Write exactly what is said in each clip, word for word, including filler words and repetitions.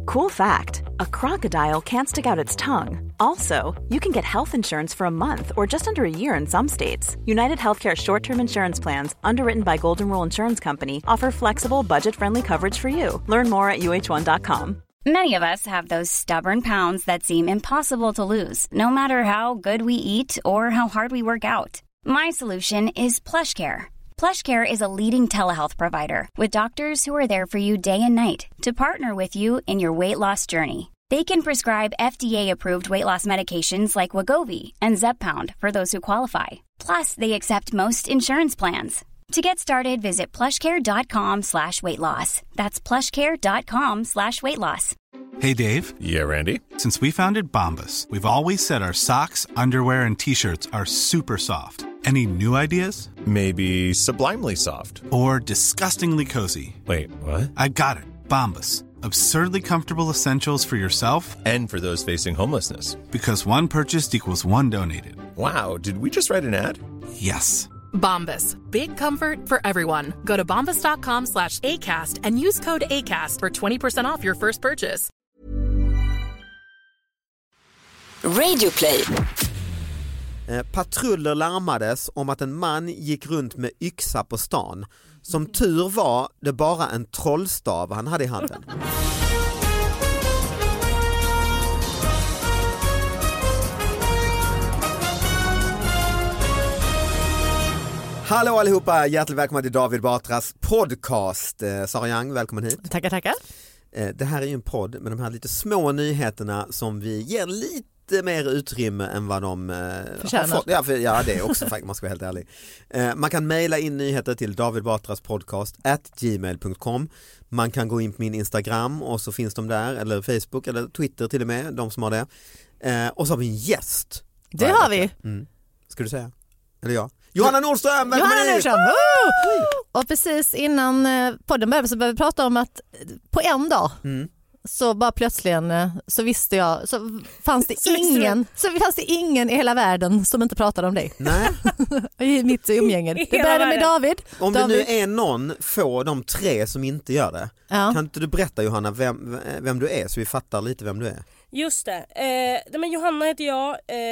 Cool fact, a crocodile can't stick out its tongue. Also, you can get health insurance for a month or just under a year in some states. United Healthcare short-term insurance plans, underwritten by Golden Rule Insurance Company, offer flexible, budget-friendly coverage for you. Learn more at U H one dot com. Many of us have those stubborn pounds that seem impossible to lose, no matter how good we eat or how hard we work out. My solution is PlushCare. PlushCare is a leading telehealth provider with doctors who are there for you day and night to partner with you in your weight loss journey. They can prescribe F D A-approved weight loss medications like Wegovy and Zepbound for those who qualify. Plus, they accept most insurance plans. To get started, visit plushcare.com slash weight loss. That's plushcare.com slash weight loss. Hey, Dave. Yeah, Randy. Since we founded Bombas, we've always said our socks, underwear, and T-shirts are super soft. Any new ideas? Maybe sublimely soft. Or disgustingly cozy. Wait, what? I got it. Bombas. Absurdly comfortable essentials for yourself and for those facing homelessness. Because one purchased equals one donated. Wow, did we just write an ad? Yes. Bombas. Big comfort for everyone. Go to bombas.com slash ACAST and use code ACAST for twenty percent off your first purchase. Radio Play. Eh, patruller larmades om att en man gick runt med yxa på stan. Som tur var det bara en trollstav han hade i handen. Hallå allihopa, hjärtligt välkommen till David Batras podcast. Eh, Sara Young, välkommen hit. Tackar, tackar. Eh, det här är ju en podd med de här lite små nyheterna som vi ger lite mer utrymme än vad de eh, har fått. Ja, för, ja, det är också faktiskt, man ska vara helt ärlig. Eh, man kan mejla in nyheter till davidbatraspodcast at gmail dot com. Man kan gå in på min Instagram och så finns de där, eller Facebook eller Twitter till och med, de som har det. Eh, och så har vi en gäst. Det har vi. Mm. Ska du säga? Eller jag? Johanna Nordström, Johanna Nordström. Oh! Och precis innan podden började så började vi prata om att på en dag mm. så bara plötsligen så visste jag, så fanns det ingen så fanns det ingen i hela världen som inte pratade om dig. Nej. I mitt umgänge. Det började med David. Om David. det nu är någon få de tre som inte gör det. Ja. Kan inte du berätta, Johanna, vem, vem du är så vi fattar lite vem du är? Just det. Eh, men Johanna heter jag,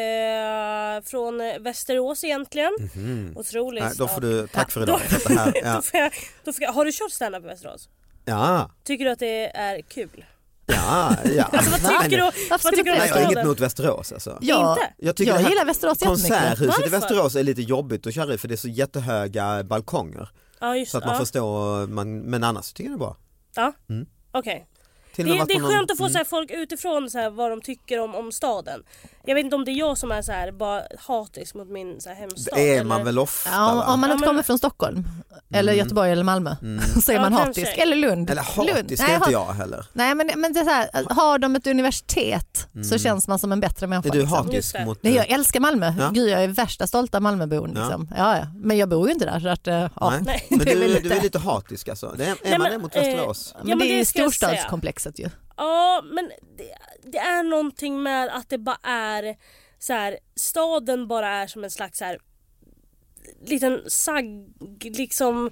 eh, från Västerås egentligen. Mm-hmm. Otroligt. Nej, då får du, tack för idag. För det här. Ja. då får jag, då får jag, har du kört stand-up i Västerås? Ja. Tycker du att det är kul? Ja, ja. Alltså, vad tycker du? Vad tycker du? Nej, jag har inget mot Västerås alltså. Ja, inte? Jag, tycker jag gillar Västerås jättemycket. Konserthuset i Västerås är lite jobbigt att köra i för det är så jättehöga balkonger. Ja, just, så att man ja. förstår, man, men annars tycker jag det är bra. Ja, mm. okej. Okay. Det, det är skönt någon... att få mm. så här, folk utifrån så här, vad de tycker om, om staden. Jag vet inte om det är jag som är så här, bara hatisk mot min så här, hemstad. Det är eller... man väl ofta, ja, va? om man inte ja, men... kommer från Stockholm eller mm. Göteborg eller Malmö mm. så är ja, man kanske. hatisk. Eller Lund. Eller hatisk Lund. är Nej, inte har... jag heller. Nej, men, men det är så här, har de ett universitet mm. så känns man som en bättre människa. Är du liksom. hatisk mot... Nej, jag älskar Malmö. Ja. Gud, jag är värsta stolta Malmöbon. Liksom. Ja. Ja, ja. Men jag bor ju inte där. Så att, ja. Nej. Men du, är lite... du är lite hatisk alltså. Det är, är Nej, man men, det mot Västerås? Ja, men, men det, det är storstadskomplexet ju. Ja, men det, det är någonting med att det bara är så här, staden bara är som en slags så här liten sagg liksom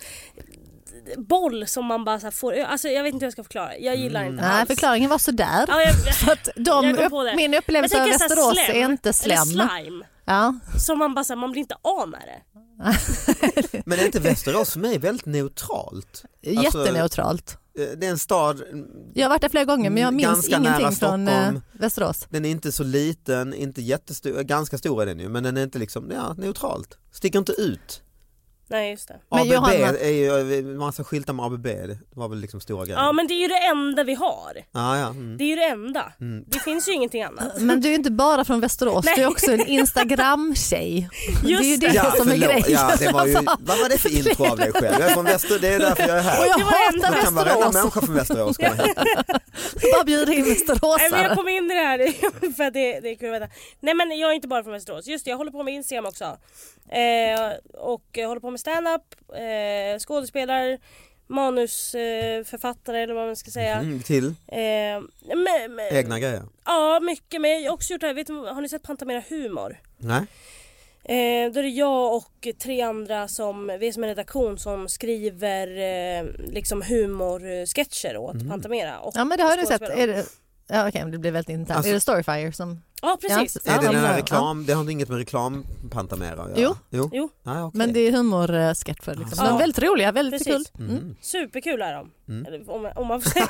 boll som man bara så här får, alltså jag vet inte hur jag ska förklara. Jag gillar mm. inte Nej, alls. förklaringen var så där. Ja, jag, för att de upp, min upplevelse av Västerås slem, är inte slem. Eller slime. Ja. Som man bara så här, man blir inte av med det. Men är inte Västerås för mig väldigt neutralt? Jätteneutralt. Alltså, det är en stad. Jag har varit där flera gånger men jag minns ingenting från äh, Västerås. Den är inte så liten, inte jättestor, ganska stor är den ju, men den är inte liksom, ja, neutralt. Sticker inte ut. Nej, just det. Men A B B Johanna... är ju en massa skyltar med A B B. Det var väl liksom stora grejer. Ja, men det är ju det enda vi har. Ah, ja. Mm. Det är ju det enda. Mm. Det finns ju ingenting annat. Men du är inte bara från Västerås. Nej. Du är också en Instagram-tjej. Just det är ju det ja, som är grejen. Ja, det var ju, vad var det för intro av dig själv? Jag är från Västerås, det är därför jag är här. Och jag hatar Västerås. Kan varenda människa från Västerås komma hit. Bara bjuda in Västerås. Nej, men jag kom in i det här för att det, det är kul att veta. Nej, men jag är inte bara från Västerås. Just det, jag håller på med Instagram också. Eh, och jag håller på med stand-up. Eh, skådespelare, manusförfattare eh, eller vad man ska säga. Mm, till? Eh, med, med, egna grejer? Ja, mycket. Men jag har också gjort det här. Vet du, har ni sett Pantamera humor? Nej. Eh, då är det jag och tre andra som, vi är som en redaktion som skriver eh, liksom humorsketcher åt mm. Pantamera. Och ja men det har du sett. Är det, ja, okej, okay, det blir väldigt intressant. Alltså, är det Storyfire som... Ja precis. Ja, är det ja, den här reklam, ja. Det har inget med reklam Pantamera att göra? Jo, jo. jo. Ah, okay. Men det är humorsketcher liksom. Ja. De är väldigt roliga, väldigt precis. kul. Mm. Mm. Superkul är de. Mm. Eller, om, om man får säga.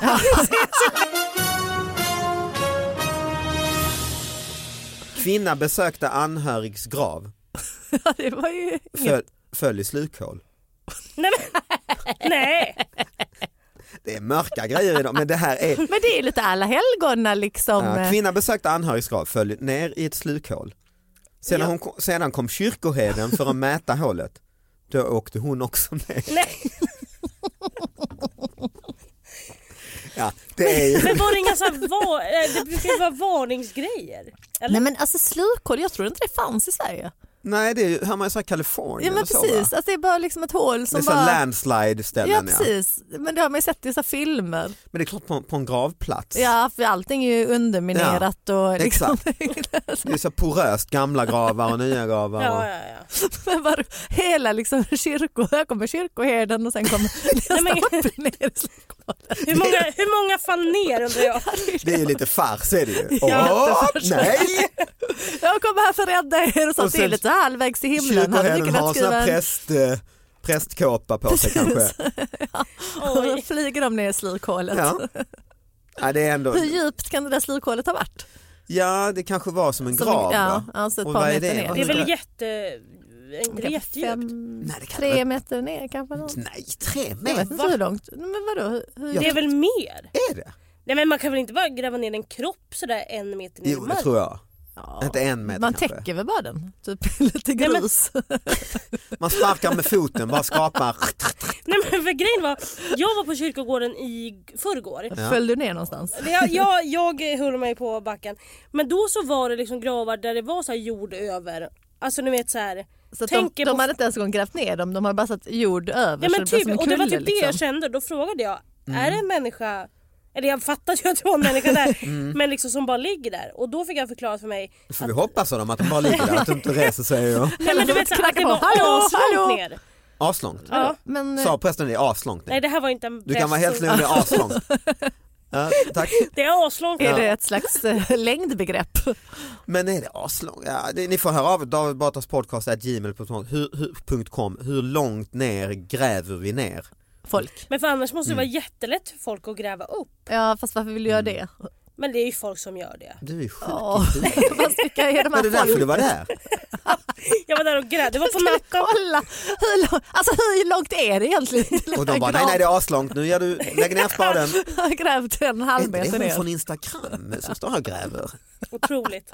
Kvinna besökte anhörigs grav. Ja, det var ju... Föl, föll i slukhål. Nej, men, nej. Det är mörka grejer idag, men det här är... Men det är lite alla helgona liksom. Ja, kvinna besökte anhörigs grav, föll ner i ett slukhål. Sedan, ja. hon, sedan kom kyrkoherden för att mäta hålet. Då åkte hon också ner. Nej. Ja, det är ju... Men var det inga så här, var, det brukar ju vara varningsgrejer? Eller? Nej men alltså slukhål, jag tror inte det fanns i Sverige. Nej, det är ju, har man ju sagt Kalifornien. Ja men precis, så, alltså, det är bara liksom ett hål som det är bara... så landslide-ställen. Ja precis, ja. Men det har man ju sett i så filmer. Men det är klart på, på en gravplats. Ja, för allting är ju underminerat ja. Och liksom... Exakt. Det är så poröst, gamla gravar och nya gravar. Ja, och... ja, ja. Men bara, hela liksom kyrko, här kommer kyrkoherden och sen kommer nästa men... upp ner i slukhålet. Hur många, hur många fann ner undrar jag? Det är ju lite fars är det ju. Ja, Åh, nej! Jag kommer här för att rädda er och så och sen, är lite halvvägs i himlen. Kyrkoherden har skriva... sån präst, eh, prästkåpa på sig kanske. Ja. Och då flyger de ner i slukhålet. Ja. Ja, det är ändå... Hur djupt kan det där slukhålet ha varit? Ja, det kanske var som en som grav. En, ja, alltså ett och par vad är meter det? ner. Det är väl jätte... Inte det jättedjupt? Nej, det kan tre meter ner kanske. Någon. Nej, tre meter? Jag vet inte hur långt. Men vadå? Hur, hur... Det är väl mer? Är det? Nej men man kan väl inte bara gräva ner en kropp sådär en meter ner i marken? Jo, det tror jag. Ja. Inte en meter man kanske. täcker väl bara den, typ lite grus. Nej, men... Man sparkar med foten, bara skapar. Nej men för grejen var, jag var på kyrkogården i förrgår. Ja. Föll du ner någonstans? Jag, jag, jag höll mig på backen. Men då så var det liksom gravar där det var så här jord över. Alltså ni vet så här. Så de, de på... hade inte ens grävt ner dem, de hade bara satt jord över. Ja, men så det typ, som en och kulle, det var typ liksom. det jag kände. Då frågade jag, mm. är det en människa... Eller jag fattade ju att det var en människa där. Mm. Men liksom som bara ligger där. Och då fick jag förklarat för mig. Då får att... vi hoppas av dem att de bara ligger där. Att de inte reser sig. Och... Nej men du vet så att det var aslångt ner. Aslångt? Ja. Men... Sa prästen det är aslångt ner? Nej det här var inte en präst. Du kan vara helt lugn, det är aslångt. Ja, tack. Det är aslångt. Är det ett slags äh, längdbegrepp? Men är det aslångt? Ja, det, ni får höra av David Batras podcast at gmail punkt com. Hur långt ner gräver vi ner? Folk. Men för annars måste det mm. vara jättelätt för folk att gräva upp. Ja, fast varför vill du göra det? Men det är ju folk som gör det. Du är sjuk. Oh. Fast vilka är de här är det därför du var där? Jag var där och grävde. Det var på natten. Kolla, hur, lång, alltså hur långt är det egentligen? Och de bara, nej nej det är aslångt. Nu gör du, lägg ner spaden. Jag har grävt en halv meter ner. Är det hon från Instagram som står här och gräver? Otroligt.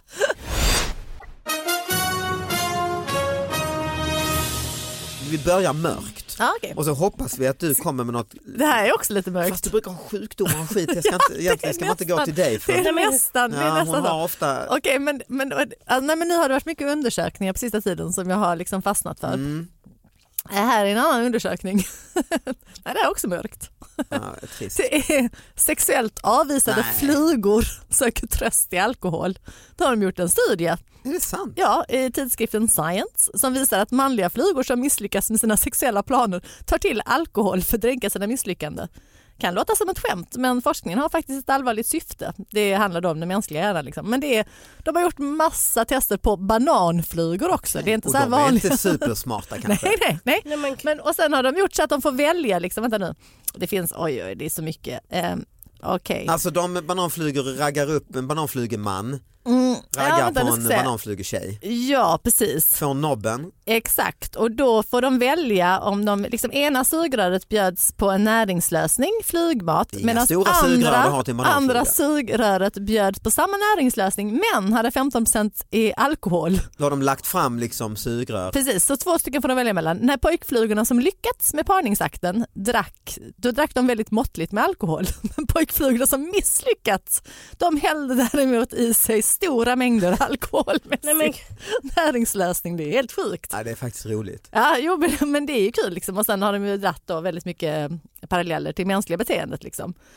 Vi börjar mörkt. Ah, okay. Och så hoppas vi att du kommer med något. Det här är också lite mörkt. Fast du brukar ha sjukdomar och skit. Jag ska inte, egentligen ska man inte gå till dig för. Det är nästan, ja, det är nästan hon har ofta... Okej, okay, men, men, alltså, nej, men nu har det varit mycket undersökningar på sista tiden som jag har liksom fastnat för. Mm. Det här är en annan undersökning. Nej, det är också mörkt. Ja, trist. Det är sexuellt avvisade nej. flugor söker tröst i alkohol. Då har de gjort en studie. Är det sant? Ja, i tidskriften Science som visar att manliga flugor som misslyckas med sina sexuella planer tar till alkohol för att dränka sina misslyckande. Kan låta som ett skämt, men forskningen har faktiskt ett allvarligt syfte. Det handlar då om den mänskliga hjärnan. Liksom. Men det är, de har gjort massa tester på bananflugor också. Det är inte och så här de vanligt. är inte supersmarta kanske. Nej, nej, nej. nej men... Men, och sen har de gjort så att de får välja. Liksom, vänta nu. Det finns, oj, oj, det är så mycket. Um, Okej. Alltså de bananflugor raggar upp en bananflugeman. Mm, raggar ja, vänta, på en bananflugetjej. Ja, precis. Från nobben. Exakt, och då får de välja om de, liksom ena sugröret bjöds på en näringslösning, flygmat, medan andra, andra sugröret bjöds på samma näringslösning men hade femton procent i alkohol. Då har de lagt fram liksom sugrör. Precis, så två stycken får de välja mellan. När pojkflugorna som lyckats med parningsakten drack, då drack de väldigt måttligt med alkohol. Men pojkflugorna som misslyckats, de hällde däremot i sig stora mängder alkoholmässig Nej, men... näringslösning. Det är helt sjukt. Ja, det är faktiskt roligt. Ja, jo, men, men det är ju kul liksom. Och sen har de ju dratt då väldigt mycket paralleller till mänskliga beteendet liksom.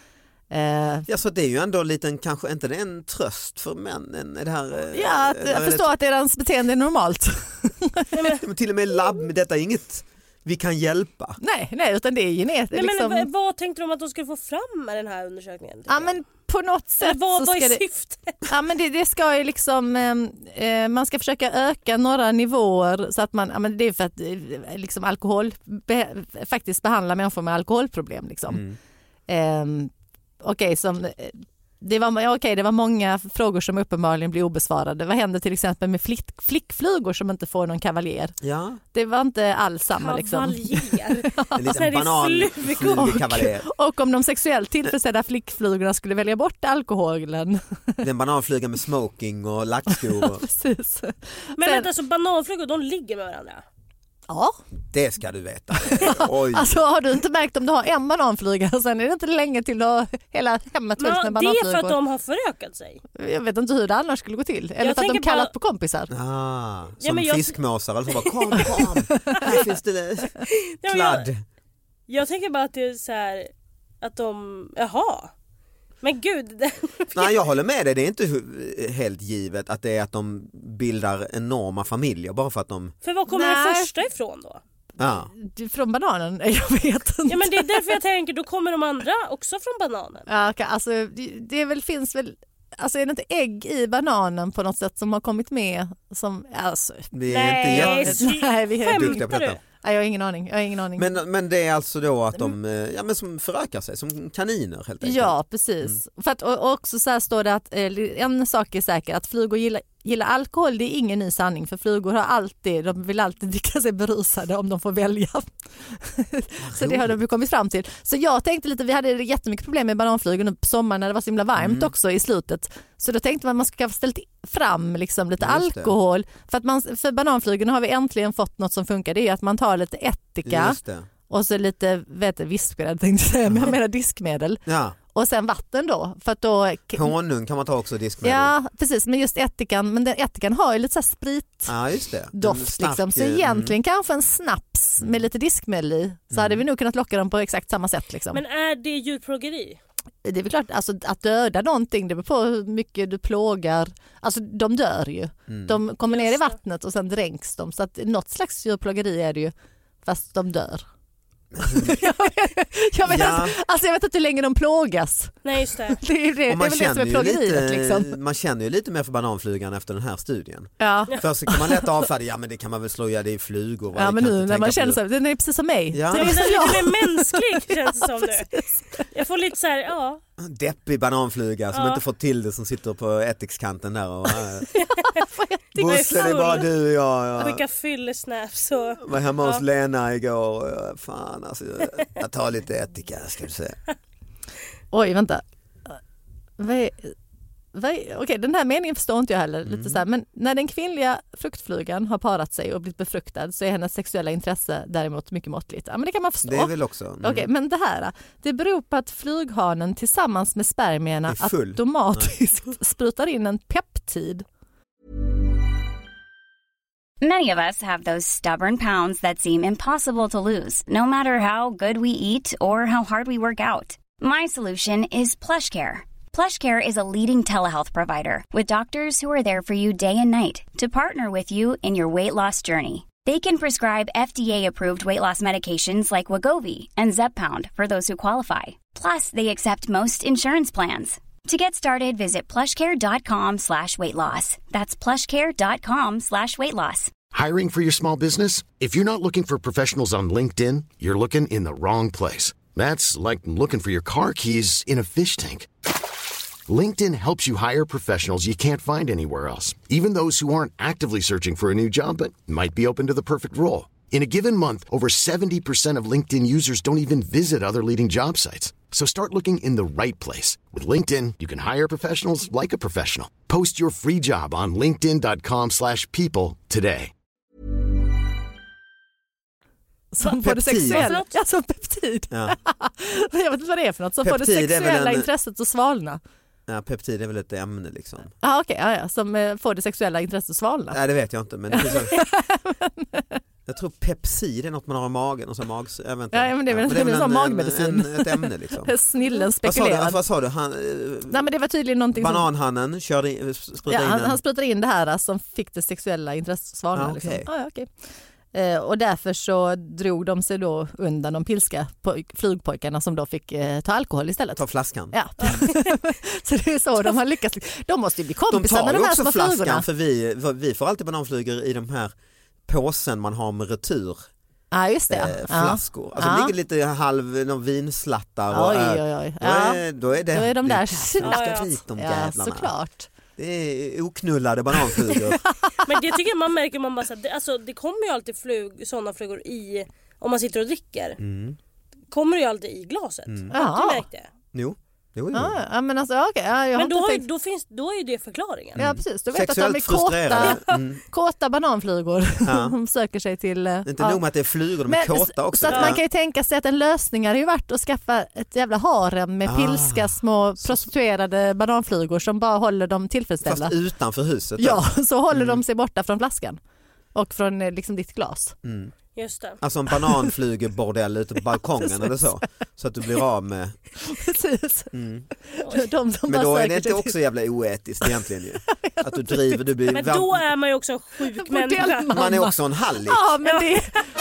Eh, ja, så det är ju ändå liten, kanske inte det är en tröst för männen. Är det här, ja, att, jag förstår det... att deras beteende är normalt. Men till och med labb, detta är inget vi kan hjälpa. Nej, nej utan det är genetiskt. Nej, liksom... men vad tänkte de att de skulle få fram med den här undersökningen? Ja, men på något sätt Eller vad, så vad ska är det... syftet? Ja, men det, det ska ju liksom eh, man ska försöka öka några nivåer så att man, ja, men det är för att eh, liksom alkohol be, faktiskt behandla människor med alkoholproblem liksom. Mm. Eh, Okej, okay, som det var ja, okay, det var många frågor som uppenbarligen blir obesvarade. Vad händer till exempel med flick, flickflugor som inte får någon kavaljer? Ja. Det var inte alls samma kavaljer. Liksom. En liten bananflugekavaljer. Och, och om de sexuellt tillfredsställda flickflugorna skulle välja bort alkoholen. Det är en bananfluga med smoking och lackskor. Ja, precis. Men vänta, så bananflugor de ligger med varandra? Ja. Det ska du veta. Oj. Alltså har du inte märkt om du har en bananfluga och sen är det inte länge till att hela hemmet fylls med bananflugor. Det är för att de har förökat sig. Jag vet inte hur det annars skulle gå till. Eller jag för att de kallat på... på kompisar. Ah, som ja, jag... fiskmåsar. Alltså bara kom, kom. Här finns det kladd. Jag, jag tänker bara att det är så här att de, jaha. Men gud. Nej, jag håller med dig. Det är inte helt givet att det är att de bildar enorma familjer bara för att de... För vad kommer Nej. det första ifrån då? Ja. Från bananen? Jag vet inte. Ja, men det är därför jag tänker, då kommer de andra också från bananen. Ja, alltså det är väl, finns väl... Alltså är det inte ägg i bananen på något sätt som har kommit med? Som, alltså, vi är nej, inte jätte... nej, vi är duktiga på detta. Nej, jag har ingen aning. Jag har ingen aning. Men, men det är alltså då att de ja, men som förökar sig som kaniner helt enkelt. Ja, precis. Mm. För att, och också så här står det att en sak är säker, att flugor gillar, gillar alkohol, det är ingen ny sanning. För flugor har alltid, de vill alltid dricka sig berusade om de får välja. Så det har de kommit fram till. Så jag tänkte lite, vi hade jättemycket problem med bananflugor nu på sommaren när det var så himla varmt mm. också i slutet. Så då tänkte man att man ska ställa fram liksom lite alkohol. För, att man, för bananflugorna har vi äntligen fått något som funkar. Det är att man tar lite ättika och så lite vet du, vispgrädde tänkte jag säga, men jag menar diskmedel. Ja. Och sen vatten då. För att då honung kan man ta också diskmedel. Ja, precis. Men just ättikan, men den ättikan har ju lite så här sprit ja, just det. doft stark, liksom. Så egentligen mm. kanske en snaps med lite diskmedel i. Så mm. hade vi nog kunnat locka dem på exakt samma sätt. Liksom. Men är det djurplågeri? Det är väl klart, alltså, att döda någonting, det beror på hur mycket du plågar. Alltså de dör ju. Mm. De kommer ner i vattnet och sen dränks de. Så att något slags djurplågeri är det ju, fast de dör. jag vet, jag, vet, ja. alltså, alltså jag vet inte hur länge de plågas. Nej, just det. Det är, det, det är väl det som är plågeriet liksom. Man känner ju lite mer för bananflugan efter den här studien. Ja. Först så kan man lätt avfärda, ja men det kan man väl slå, ja det är flugor. Ja men nu när man känner så, den är precis som mig. Ja. Det är lite mänsklig känns det som nu. Jag får lite så här, ja. Deppig bananfluga som ja. inte får till det, som sitter på ättikskanten där och Bosse, det är bara du och jag. Jag skickar fyllesnaps och... var hemma hos ja. Lena igår och fan alltså, jag tar lite ättika ska du säga. Oj, vänta. Vad är, vad är, okej, den här meningen förstår inte jag heller. Mm. Lite så här, men när den kvinnliga fruktflugan har parat sig och blivit befruktad så är hennes sexuella intresse däremot mycket måttligt. Ja, men det kan man förstå. Det är väl också. Mm. Okej, men det här, det beror på att flughanen tillsammans med spermierna automatiskt Nej. sprutar in en peptid. Many of us have those stubborn pounds that seem impossible to lose, no matter how good we eat or how hard we work out. My solution is PlushCare. PlushCare is a leading telehealth provider with doctors who are there for you day and night to partner with you in your weight loss journey. They can prescribe F D A-approved weight loss medications like Wegovy and Zepbound for those who qualify. Plus, they accept most insurance plans. To get started, visit plushcare.com slash weight loss. That's plushcare.com slash weight loss. Hiring for your small business? If you're not looking for professionals on LinkedIn, you're looking in the wrong place. That's like looking for your car keys in a fish tank. LinkedIn helps you hire professionals you can't find anywhere else, even those who aren't actively searching for a new job but might be open to the perfect role. In a given month, over seventy percent of LinkedIn users don't even visit other leading job sites. So start looking in the right place. With LinkedIn, you can hire professionals like a professional. Post your free job on linkedin.com slash people today. Som får det sexuella, ja, som peptid. Ja. Jag vet inte vad det är för något. Som peptid får det sexuella en... intresset att svalna. Ja, peptid är väl ett ämne liksom. Ah, okej, okay, ja, ja, som får det sexuella intresset att svalna. Nej, det vet jag inte. Men det finns Jag tror Pepsi är något man har i magen och så mags. Jag vet inte. Ja, men det är väl, ja, men det är väl en, en magmedicin. En, ett ämne liksom. Snillen spekulerar. Vad sa du? Vad sa du? Han, Nej, men det var tydligen någonting bananhannen som... körde in, sprutade ja, in han, en... han sprutade in det här som fick det sexuella intresset svalna. Ja, okay. liksom. ah, ja, okay. eh, och därför så drog de sig då undan de pilska po- flygpojkarna som då fick eh, ta alkohol istället. Ta flaskan. Ja. Så det är så de har lyckats. De måste ju bli kompisar med de här små flugorna. De tar ju också flaskan för vi, vi får alltid bananflugor i de här påsen man har med retur. Ja, just det. Eh, flaskor. Alltså ja. Det ligger lite halv någon vinslattar och oj, oj, oj. Då, är, då är det då är de där snackat dit de ja, jävlarna. Såklart. Det är oknullade bananflugor. Men det tycker jag man märker man bara så här, det, alltså, det kommer ju alltid flug, sådana flugor i om man sitter och dricker. Mm. Kommer det ju alltid i glaset. Mm. Har du märkt det? Jo. Jo, jo. Ja, men alltså, okay. ja, jag men då, har tänkt... då, finns, då är ju det förklaringen. Mm. Ja, precis. Du vet sexuellt att de är kåta, mm. kåta bananflugor. Ja. De söker sig till... Det är inte ja. nog med att det är flugor, de är kåta också. Så att ja. man kan ju tänka sig att en lösning hade ju varit att skaffa ett jävla harem med ah. pilska små prostituerade bananflugor som bara håller dem tillfredsställda. Fast utanför huset. Då. Ja, så håller mm. de sig borta från flaskan och från liksom ditt glas. Mm. Just det. Alltså en bananflugebordell ute på balkongen eller så. Så att du blir av med... Precis. Mm. De som men då är det inte också jävla oetiskt egentligen ju. Att du driver... Du blir... Men då är man ju också en sjuk människa. Man är också en hallick. Ja, men det...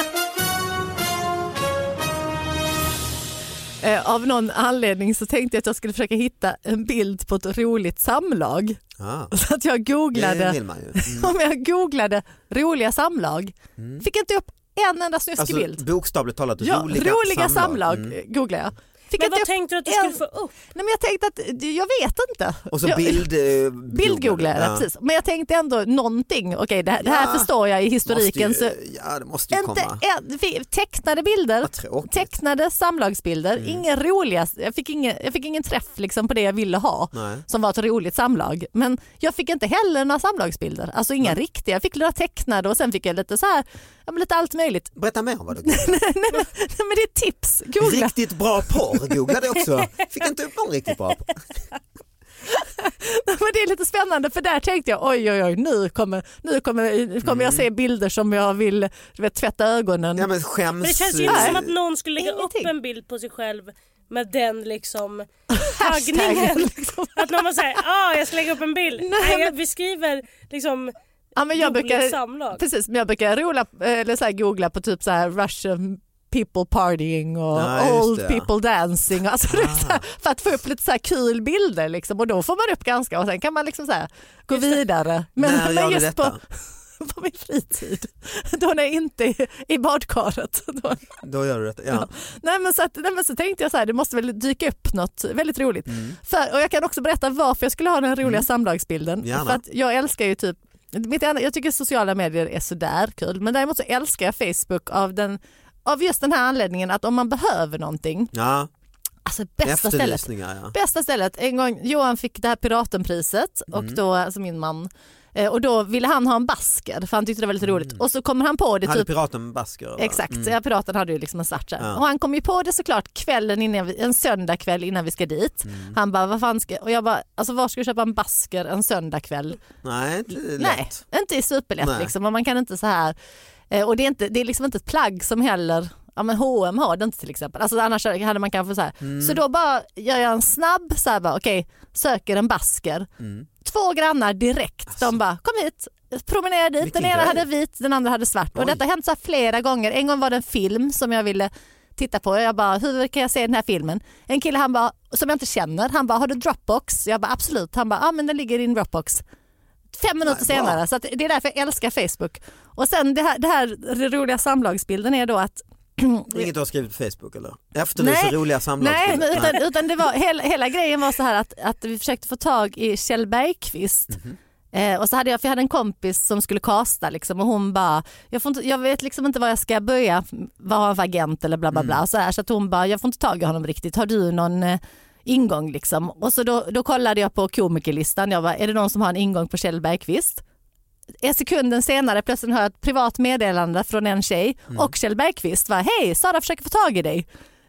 Av någon anledning så tänkte jag att jag skulle försöka hitta en bild på ett roligt samlag. Ah. Så att jag googlade, mm. om jag googlade roliga samlag, mm. fick inte upp en enda snuskig alltså, bild. Bokstavligt talat ja, roliga, roliga samlag, samlag mm. googlade jag. Fick men vad tänkte du att du skulle få upp? Nej, men jag tänkte att, jag vet inte. Och så bild... Jag, bildgooglade jag, ja. precis. Men jag tänkte ändå någonting, okej det, det här ja, förstår jag i historiken. Måste ju, så ja, det måste ju inte komma. En, tecknade bilder, tecknade samlagsbilder, mm. inga roliga, jag fick ingen, jag fick ingen träff liksom på det jag ville ha. Nej. Som var ett roligt samlag. Men jag fick inte heller några samlagsbilder, alltså inga Nej. riktiga. Jag fick några tecknade och sen fick jag lite så här, ja, lite allt möjligt. Berätta mer om vad du nej, nej, men, nej, men det är tips. Googla. Riktigt bra porr, googlade också. Fick inte upp någon riktigt bra. Men det är lite spännande för där tänkte jag oj oj oj nu kommer, nu kommer, kommer mm. jag se bilder som jag vill vet, tvätta ögonen. Ja, men, skäms... men det känns ju inte som att någon skulle lägga Ingenting. upp en bild på sig själv med den liksom taggningen. Liksom. Att någon säger ah jag ska lägga upp en bild. Nej, Nej jag, vi skriver liksom ja, men jag brukar, samlag. Precis, men jag brukar rola, eller så här, googla på typ så här Russian people partying och ja, old det, people ja. dancing alltså, ah. här, för att få upp lite så här kul bilder liksom, och då får man upp ganska och sen kan man liksom så här, gå just vidare men, när men just detta? På, på min fritid då när jag inte är i badkaret då, då gör du det, ja. ja. Nej, men så att, nej, men så tänkte jag så här, det måste väl dyka upp något väldigt roligt mm. för, och jag kan också berätta varför jag skulle ha den roliga mm. samlagsbilden. Gärna. För att jag älskar ju typ jag tycker sociala medier är sådär kul men däremot så älskar jag Facebook av den Av just den här anledningen att om man behöver någonting. Ja. Alltså bästa stället. Ja. Bästa stället. En gång Johan fick det här Piratenpriset mm. och då alltså min man och då ville han ha en basker för han tyckte det var lite roligt. Mm. Och så kommer han på det hade typ piraten basker. Exakt. Mm. Ja, piraten hade ju liksom en svart ja. Och han kom ju på det såklart kvällen innan vi, en söndagkväll innan vi ska dit. Mm. Han bara vad fan ska och jag bara alltså var ska jag köpa en basker en söndagkväll? Nej, inte lätt. Nej, inte superlätt Nej. liksom. Och man kan inte så här och det är inte det är liksom inte ett plagg som heller ja men H och M har det inte till exempel. Alltså annars hade man kanske så här. Mm. Så då bara gör jag en snabb så här bara okej, okay, söker en basker. Mm. Två grannar direkt. Alltså. De bara kom hit, promenera dit. Vilken den ena grej. Hade vit, den andra hade svart. Oj. Och detta har hänt så här flera gånger. En gång var det en film som jag ville titta på. Jag bara hur kan jag se den här filmen? En kille han bara som jag inte känner, han bara har du Dropbox? Jag bara absolut. Han bara ja ah, men den ligger i din Dropbox. Fem minuter Nej, senare. Så att det är därför jag älskar Facebook. Och sen det här, det här det roliga samlagsbilden är då att inget du har skrivit på Facebook eller? Efterlyser roliga samlagsbilder. Nej, utan, utan det var hela, hela grejen var så här att, att vi försökte få tag i Kjell Bergqvist. Mm-hmm. Eh, och så hade jag, för jag hade en kompis som skulle kasta liksom, och hon bara jag, får inte, jag vet liksom inte vad jag ska börja vara agent eller bla bla bla mm. så, här, så att hon bara jag får inte tag i honom riktigt. Har du någon eh, ingång liksom? Och så då, då kollade jag på komikerlistan. Jag bara, är det någon som har en ingång på Kjell Bergqvist? En sekunden senare plötsligt hör jag ett privat meddelande från en tjej mm. och Kjell Bergqvist var hej, Sara försöker få tag i dig.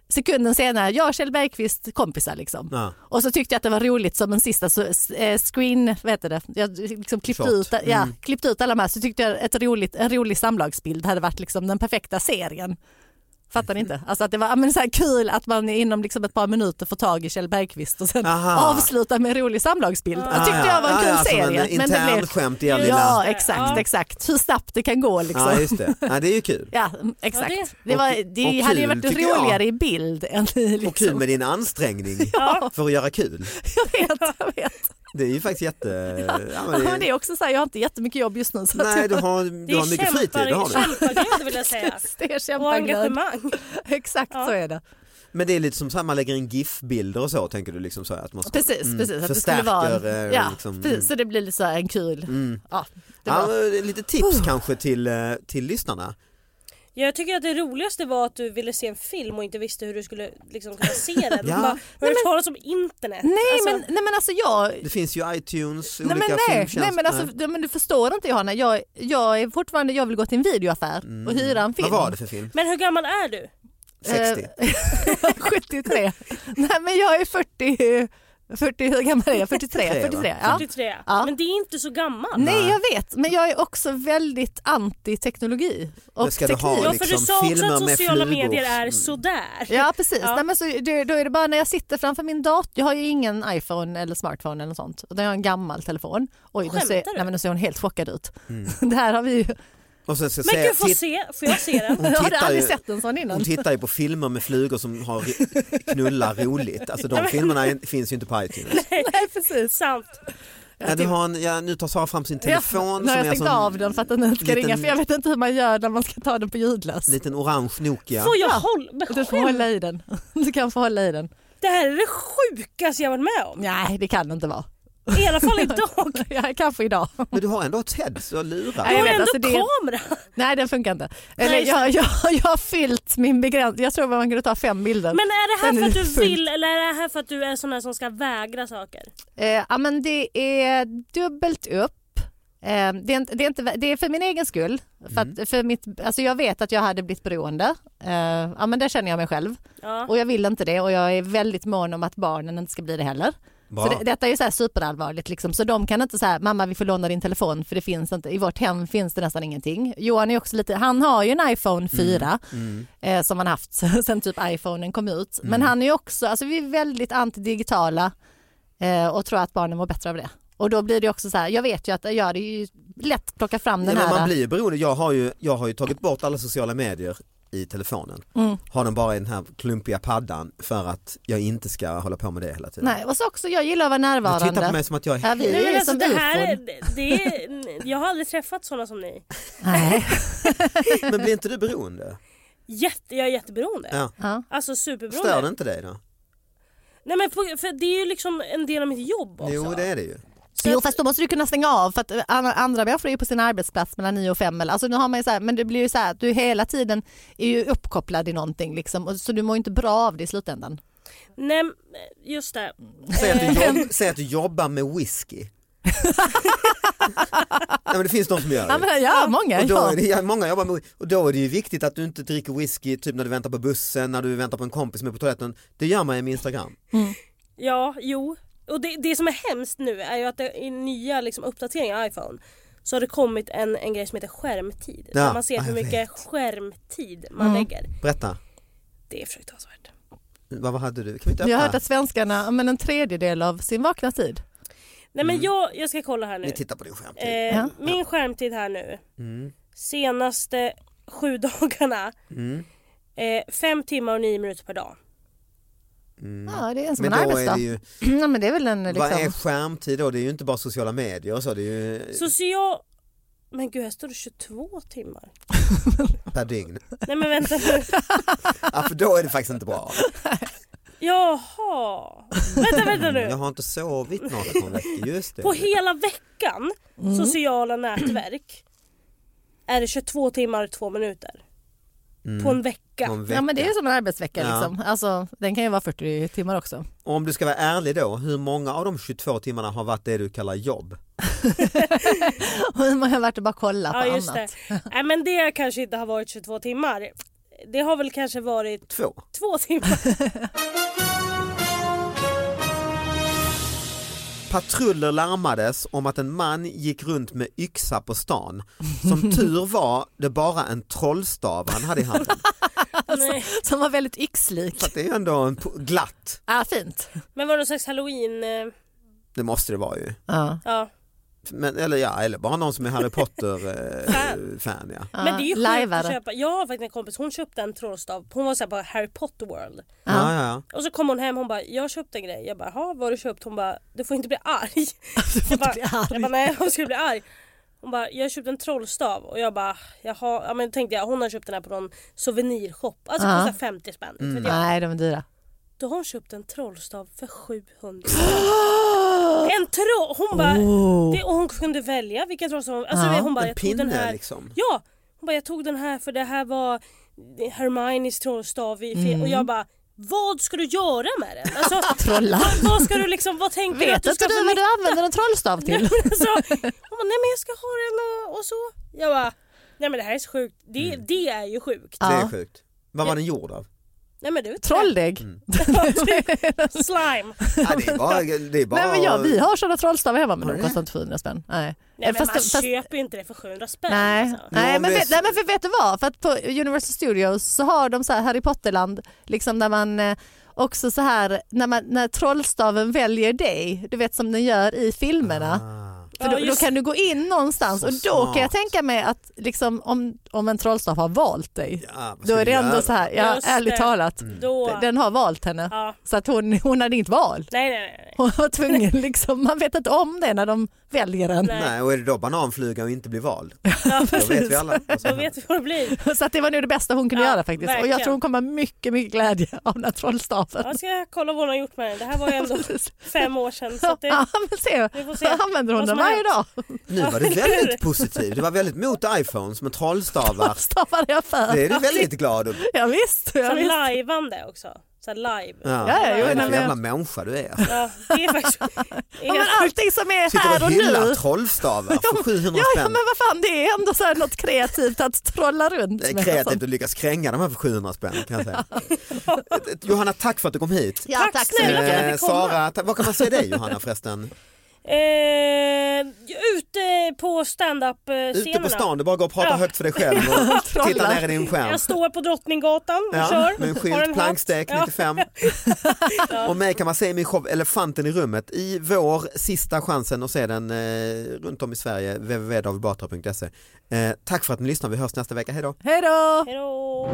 sekunden senare, jag och Kjell Bergqvist kompisar liksom. Ja. Och så tyckte jag att det var roligt som en sista så, eh, screen, vad heter det? Jag liksom klippt ut, mm. ja, klippt ut alla de här, så tyckte jag ett roligt, en rolig samlagsbild hade varit liksom den perfekta serien. Fattar ni inte? Alltså att det var men så här kul att man inom liksom ett par minuter får tag i Kjell Bergqvist och sen Aha. avsluta med en rolig samlagsbild. Ah, det tyckte jag var en kul ah, ja, serie. En men det blev skämt i lilla... Ja, exakt, ja. exakt. Hur snabbt det kan gå liksom. Ja, just det. Ja, det är ju kul. Ja, exakt. Ja, det det, var, det hade ju varit roligare jag. i bild än i liksom. Och kul med din ansträngning ja. för att göra kul. Jag vet, jag vet. Det är ju faktiskt jätte... Ja, ja, men, det... Ja, men det är också så här, jag har inte jättemycket jobb just nu. Så Nej, att... du har, du har mycket fritid. Det är kämpaglöd vill jag säga. Det är kämpaglöd. Och engagemang. Exakt ja. så är det. Men det är lite som så här, man lägger in GIF-bilder och så, tänker du liksom så här, att man ska, precis, mm, precis, att förstärker. Det skulle vara, ja, liksom, precis, så det blir lite så här en kul. Mm. Ja, det ja, var... lite tips uh. kanske till, till lyssnarna. Jag tycker att det roligaste var att du ville se en film och inte visste hur du skulle liksom kunna se den. ja. Bara, har du talat om internet? Nej, alltså... men, nej men alltså jag... Det finns ju iTunes, nej, olika men nej, filmtjänster. Nej men alltså, nej, men du förstår inte Johanna. Jag, jag är fortfarande, jag vill gå till en videoaffär mm. och hyra en film. Vad var det för film? Men hur gammal är du? sextio. sjuttiotre. Nej men jag är fyrtio... fyrtio, hur gammal är jag? fyrtiotre. fyrtiotre, ja. fyrtiotre. Ja. Men det är inte så gammal. Nej, jag vet. Men jag är också väldigt anti-teknologi och ska teknik. Ha, liksom, ja, för du sa också att sociala medier är sådär. Ja, precis. Ja. Nej, men så, det, då är det bara när jag sitter framför min dator. Jag har ju ingen iPhone eller smartphone eller något sånt. Utan jag har en gammal telefon. Oj, nu ser, nej, men nu ser hon helt chockad ut. Mm. Det här har vi ju... Och sen ska men se, gud, får, se, får jag se den? Jag har aldrig ju, sett en sån innan. Hon tittar ju på filmer med flugor som har knullar roligt. Alltså de filmerna finns ju inte på iTunes. Nej, precis. Sant. Ja, du har en, ja, nu tar Sara fram sin telefon. Ja, nu har jag stängt av den för att den inte ska liten, ringa. För jag vet inte hur man gör när man ska ta den på ljudlös. Liten orange Nokia. Får jag ja, hålla? Du får hålla i den. Du kan få hålla i den. Det här är det sjukaste jag varit med om. Nej, det kan det inte vara. I alla fall idag. Ja, kanske idag. Men du har ändå ett heads och lurar. Du har ändå alltså, det... kamera. Nej, den funkar inte. Eller, jag, jag, jag har fyllt min begränsning. Jag tror att man kunde ta fem bilder. Men är det här för att du fullt. vill eller är det här för att du är sån här som ska vägra saker? Eh, ja, men det är dubbelt upp. Eh, det, är inte, det, är inte, det är för min egen skull. För Mm. att, för mitt, alltså jag vet att jag hade blivit beroende. Eh, ja, men det känner jag mig själv. Ja. Och jag vill inte det. Och jag är väldigt mån om att barnen inte ska bli det heller. Bra. Så det, detta är ju så här superallvarligt liksom. Så de kan inte säga mamma vi får låna din telefon för det finns inte, i vårt hem finns det nästan ingenting. Johan är också lite, han har ju en iPhone fyra mm. Mm. Eh, som han haft sen typ iPhonen kom ut. Mm. Men han är ju också, alltså vi är väldigt antidigitala eh, och tror att barnen mår bättre av det. Och då blir det också så här, jag vet ju att ja, det är ju lätt att plocka fram den ja, här. Man blir ju beroende, jag har ju, jag har ju tagit bort alla sociala medier i telefonen. Mm. Har den bara i den här klumpiga paddan för att jag inte ska hålla på med det hela tiden. Nej, och så också, jag gillar att vara närvarande. Jag tittar på mig som att jag är... Ja, vi är Nej, alltså, som det här är, det är, jag har aldrig träffat sådana som ni. Nej. Men blir inte du beroende? Jätte, jag är jätteberoende. Ja. Ja. Alltså superberoende. Stör det inte dig då? Nej, men på, för det är ju liksom en del av mitt jobb också. Jo, det är det ju. Så jo, fast då måste du kunna stänga av för att andra människor är ju på sin arbetsplats mellan nio och fem. Alltså nu har man ju så här, men det blir ju så här att du hela tiden är ju uppkopplad i någonting liksom, och så du mår inte bra av det i slutändan. Nej, just det. Säg att du, jobb, säg att du jobbar med whisky. Nej, men det finns de som gör det. Ja, men, ja många. Och då ja. är det, ja, många jobbar med, och då är det ju viktigt att du inte dricker whisky typ när du väntar på bussen, när du väntar på en kompis som är på toaletten. Det gör man ju med Instagram. Mm. Ja, jo. Och det, det som är hemskt nu är ju att det, i nya liksom, uppdateringar av iPhone så har det kommit en, en grej som heter skärmtid. Ja, där man ser hur mycket vet. skärmtid man mm. lägger. Berätta. Det är fruktansvärt. Vad, vad hade du? Kan vi inte jag har hört att svenskarna men en tredjedel av sin vakna tid. Nej, men mm. jag, jag ska kolla här nu. Vi tittar på din skärmtid. Eh, ja. Min skärmtid här nu. Mm. Senaste sju dagarna. Mm. Eh, fem timmar och nio minuter per dag. Mm. Ja, det är en som en arbetsdag. Ju... ja, men det är väl en, liksom... Vad är skärmtid då? Det är ju inte bara sociala medier och så. Det är ju... Social... Men gud, här står det tjugotvå timmar. Per dygn. Nej, men vänta nu. Ja, för då är det faktiskt inte bra. Jaha. Vänta, vänta nu. Jag har inte sovit något på veckan. Just det. På hela veckan, mm. sociala nätverk, är det tjugotvå timmar och två minuter. Mm. På en vecka. en vecka. Ja, men det är som en arbetsvecka ja. liksom. Alltså, den kan ju vara fyrtio timmar också. Och om du ska vara ärlig då, hur många av de tjugotvå timmarna har varit det du kallar jobb? Och hur många har varit att bara kolla på ja, just annat? Det. Nej, men det kanske inte har varit tjugotvå timmar. det har väl kanske varit två, två timmar. Patruller larmades om att en man gick runt med yxa på stan. Som tur var det bara en trollstav han hade i handen. Alltså, som var väldigt yxlik. Så det är ändå en glatt. Ja, fint. Men var det någon slags Halloween? Eh... Det måste det vara ju. Ja. Ja. Men, eller ja, eller bara någon som är Harry Potter eh, fan. fan ja. ja. Men det är ju sjukt att köpa. Jag har faktiskt en kompis, hon köpte en trollstav. Hon var så här på Harry Potter World. Ja. Ja, ja. Och så kom hon hem, hon bara, jag köpte en grej. Jag bara, vad har du köpt? Hon bara, du får inte bli arg. Du får jag, bara, inte bli arg. jag bara, nej, hon skulle bli arg. Hon bara, jag köpte en trollstav. Och jag bara, jaha, ja men tänkte jag, hon har köpt den här på någon souvenirshop. Alltså uh-huh. kostar femtio spänn. Mm. Nej, de är dyra. Då har hon köpt en trollstav för sjuhundra. En troll. Hon bara oh. det, och hon kunde välja vilken trollstav. Alltså ja, hon bara, en jag pinne tog den här. Liksom. Ja, hon bara, jag tog den här för det här var Hermiones trollstav i mm. Och jag bara, vad ska du göra med den? Alltså, Trolla. Vad, vad ska du liksom, vad tänker Vet du att du ska du vad du använder en trollstav till? Nej, men alltså, hon bara, nej men jag ska ha den och, och så. Jag bara, nej men det här är så sjukt. Det, mm. det är ju sjukt. Det är sjukt. Vad var den gjord av? Nej, men du, trolldägg. Mm. Slime. Ja, det är bara, det är bara... Nej, men ja, vi har sådana trollstavar hemma, men de kostar inte sjuhundra spänn. Nej, nej men fast, man fast... köper inte det för sjuhundra spänn. Nej, alltså. nej, ja, men, det... vet, nej men för vet du vad? För att på Universal Studios så har de så här Harry Potterland, liksom där man eh, också så här, när, man, när trollstaven väljer dig, du vet som den gör i filmerna. Ah. För då, ja, då kan du gå in någonstans så och då smart. Kan jag tänka mig att liksom, om, om en trollstav har valt dig, ja, då är det ändå göra? så här, ja, ärligt talat, mm. då... den har valt henne. Ja. Så att hon, hon hade inte val. Nej, nej, nej. Hon var tvungen, liksom, man vet inte om det när de väljer den. Nej, nej och är det då bananfluga och inte blir vald? Ja, då vet vi alla. Då vet vi vad det blir. Så att det var nu det bästa hon kunde ja, göra faktiskt. Verkligen. Och jag tror hon kommer mycket, mycket glädje av den här trollstaven. Jag ska kolla vad hon har gjort med den. Det här var ju ändå fem år sedan. Så att det... Ja, men se. Vi får se. Använder hon den varje dag. Nu var det väldigt positivt. Det var väldigt mot iPhones med trollstavar. Trollstavar är jag för. Det är du väldigt glad om. Ja, visst. Ja, visst. Liveande också. Så live. Ja, ja, ja, ja, ja, en jävla människa du är. Ja, det är faktiskt... Ja, men allting som är sitter här och nu. Sitter och hyllar trollstavar för sjuhundra ja, spänn. Ja, men vad fan, det är ändå så här något kreativt att trolla runt. Det är kreativt att lyckas kränga de här för sjuhundra spänn kan jag säga. Johanna, tack för att du kom hit. Ja, tack, tack så mycket. Eh, Sara, ta- vad kan man säga dig Johanna förresten? Eh, ute på stand-up-scenerna. Ute på stan, du bara går och pratar ja. högt för dig själv och tittar ner i din skärm. Jag står på Drottninggatan och ja, kör. med en skylt, plankstek ja. nittiofem. Ja. Och mig kan man se i min show Elefanten i rummet i vår sista chansen att se den eh, runt om i Sverige, w w w punkt david batra punkt se. Eh, tack för att ni lyssnar, vi hörs nästa vecka, hej då! Hej då! Hej då!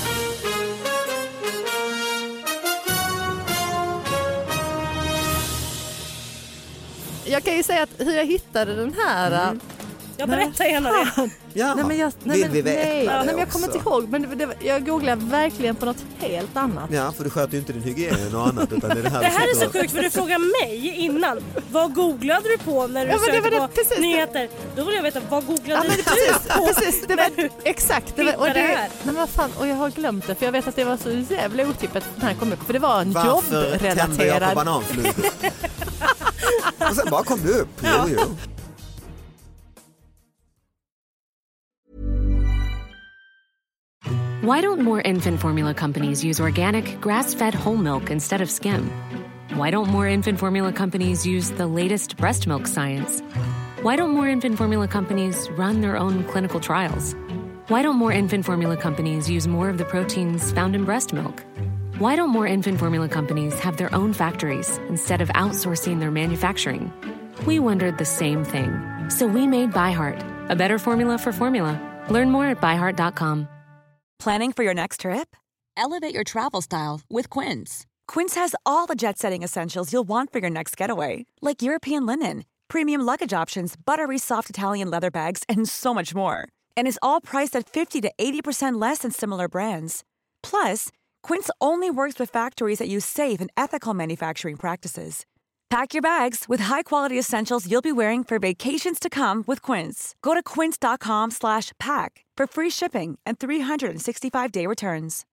Jag kan ju säga att hur jag hittade den här... Mm. Jag berättar gärna det. Ja, nej, men jag, nej, vill vi veta nej, det nej, men jag också? kommer inte ihåg, men det, det, jag googlade verkligen på något helt annat. Ja, för du sköter ju inte din hygien och annat. Utan det är det här, det här är så och... sjukt, för du frågar mig innan. Vad googlade du på när du ja, sökte det på precis, nyheter? Då vill jag veta, vad googlade ja, men du precis, på? Precis, det var, exakt. Det var, och det, det här. Nej, men fan, och jag har glömt det, för jag vet att det var så jävla otippat att den här kom upp. För det var en Varför jobbrelaterad... Varför tände jag på bananflugor? Och sen bara kom du upp. Jo, ja. jo. Why don't more infant formula companies use organic, grass-fed whole milk instead of skim? Why don't more infant formula companies use the latest breast milk science? Why don't more infant formula companies run their own clinical trials? Why don't more infant formula companies use more of the proteins found in breast milk? Why don't more infant formula companies have their own factories instead of outsourcing their manufacturing? We wondered the same thing. So we made ByHeart, a better formula for formula. Learn more at by heart dot com. Planning for your next trip? Elevate your travel style with Quince. Quince has all the jet-setting essentials you'll want for your next getaway, like European linen, premium luggage options, buttery soft Italian leather bags, and so much more. And is all priced at fifty to eighty percent less than similar brands. Plus, Quince only works with factories that use safe and ethical manufacturing practices. Pack your bags with high-quality essentials you'll be wearing for vacations to come with Quince. Go to quince dot com slash pack for free shipping and three sixty-five day returns.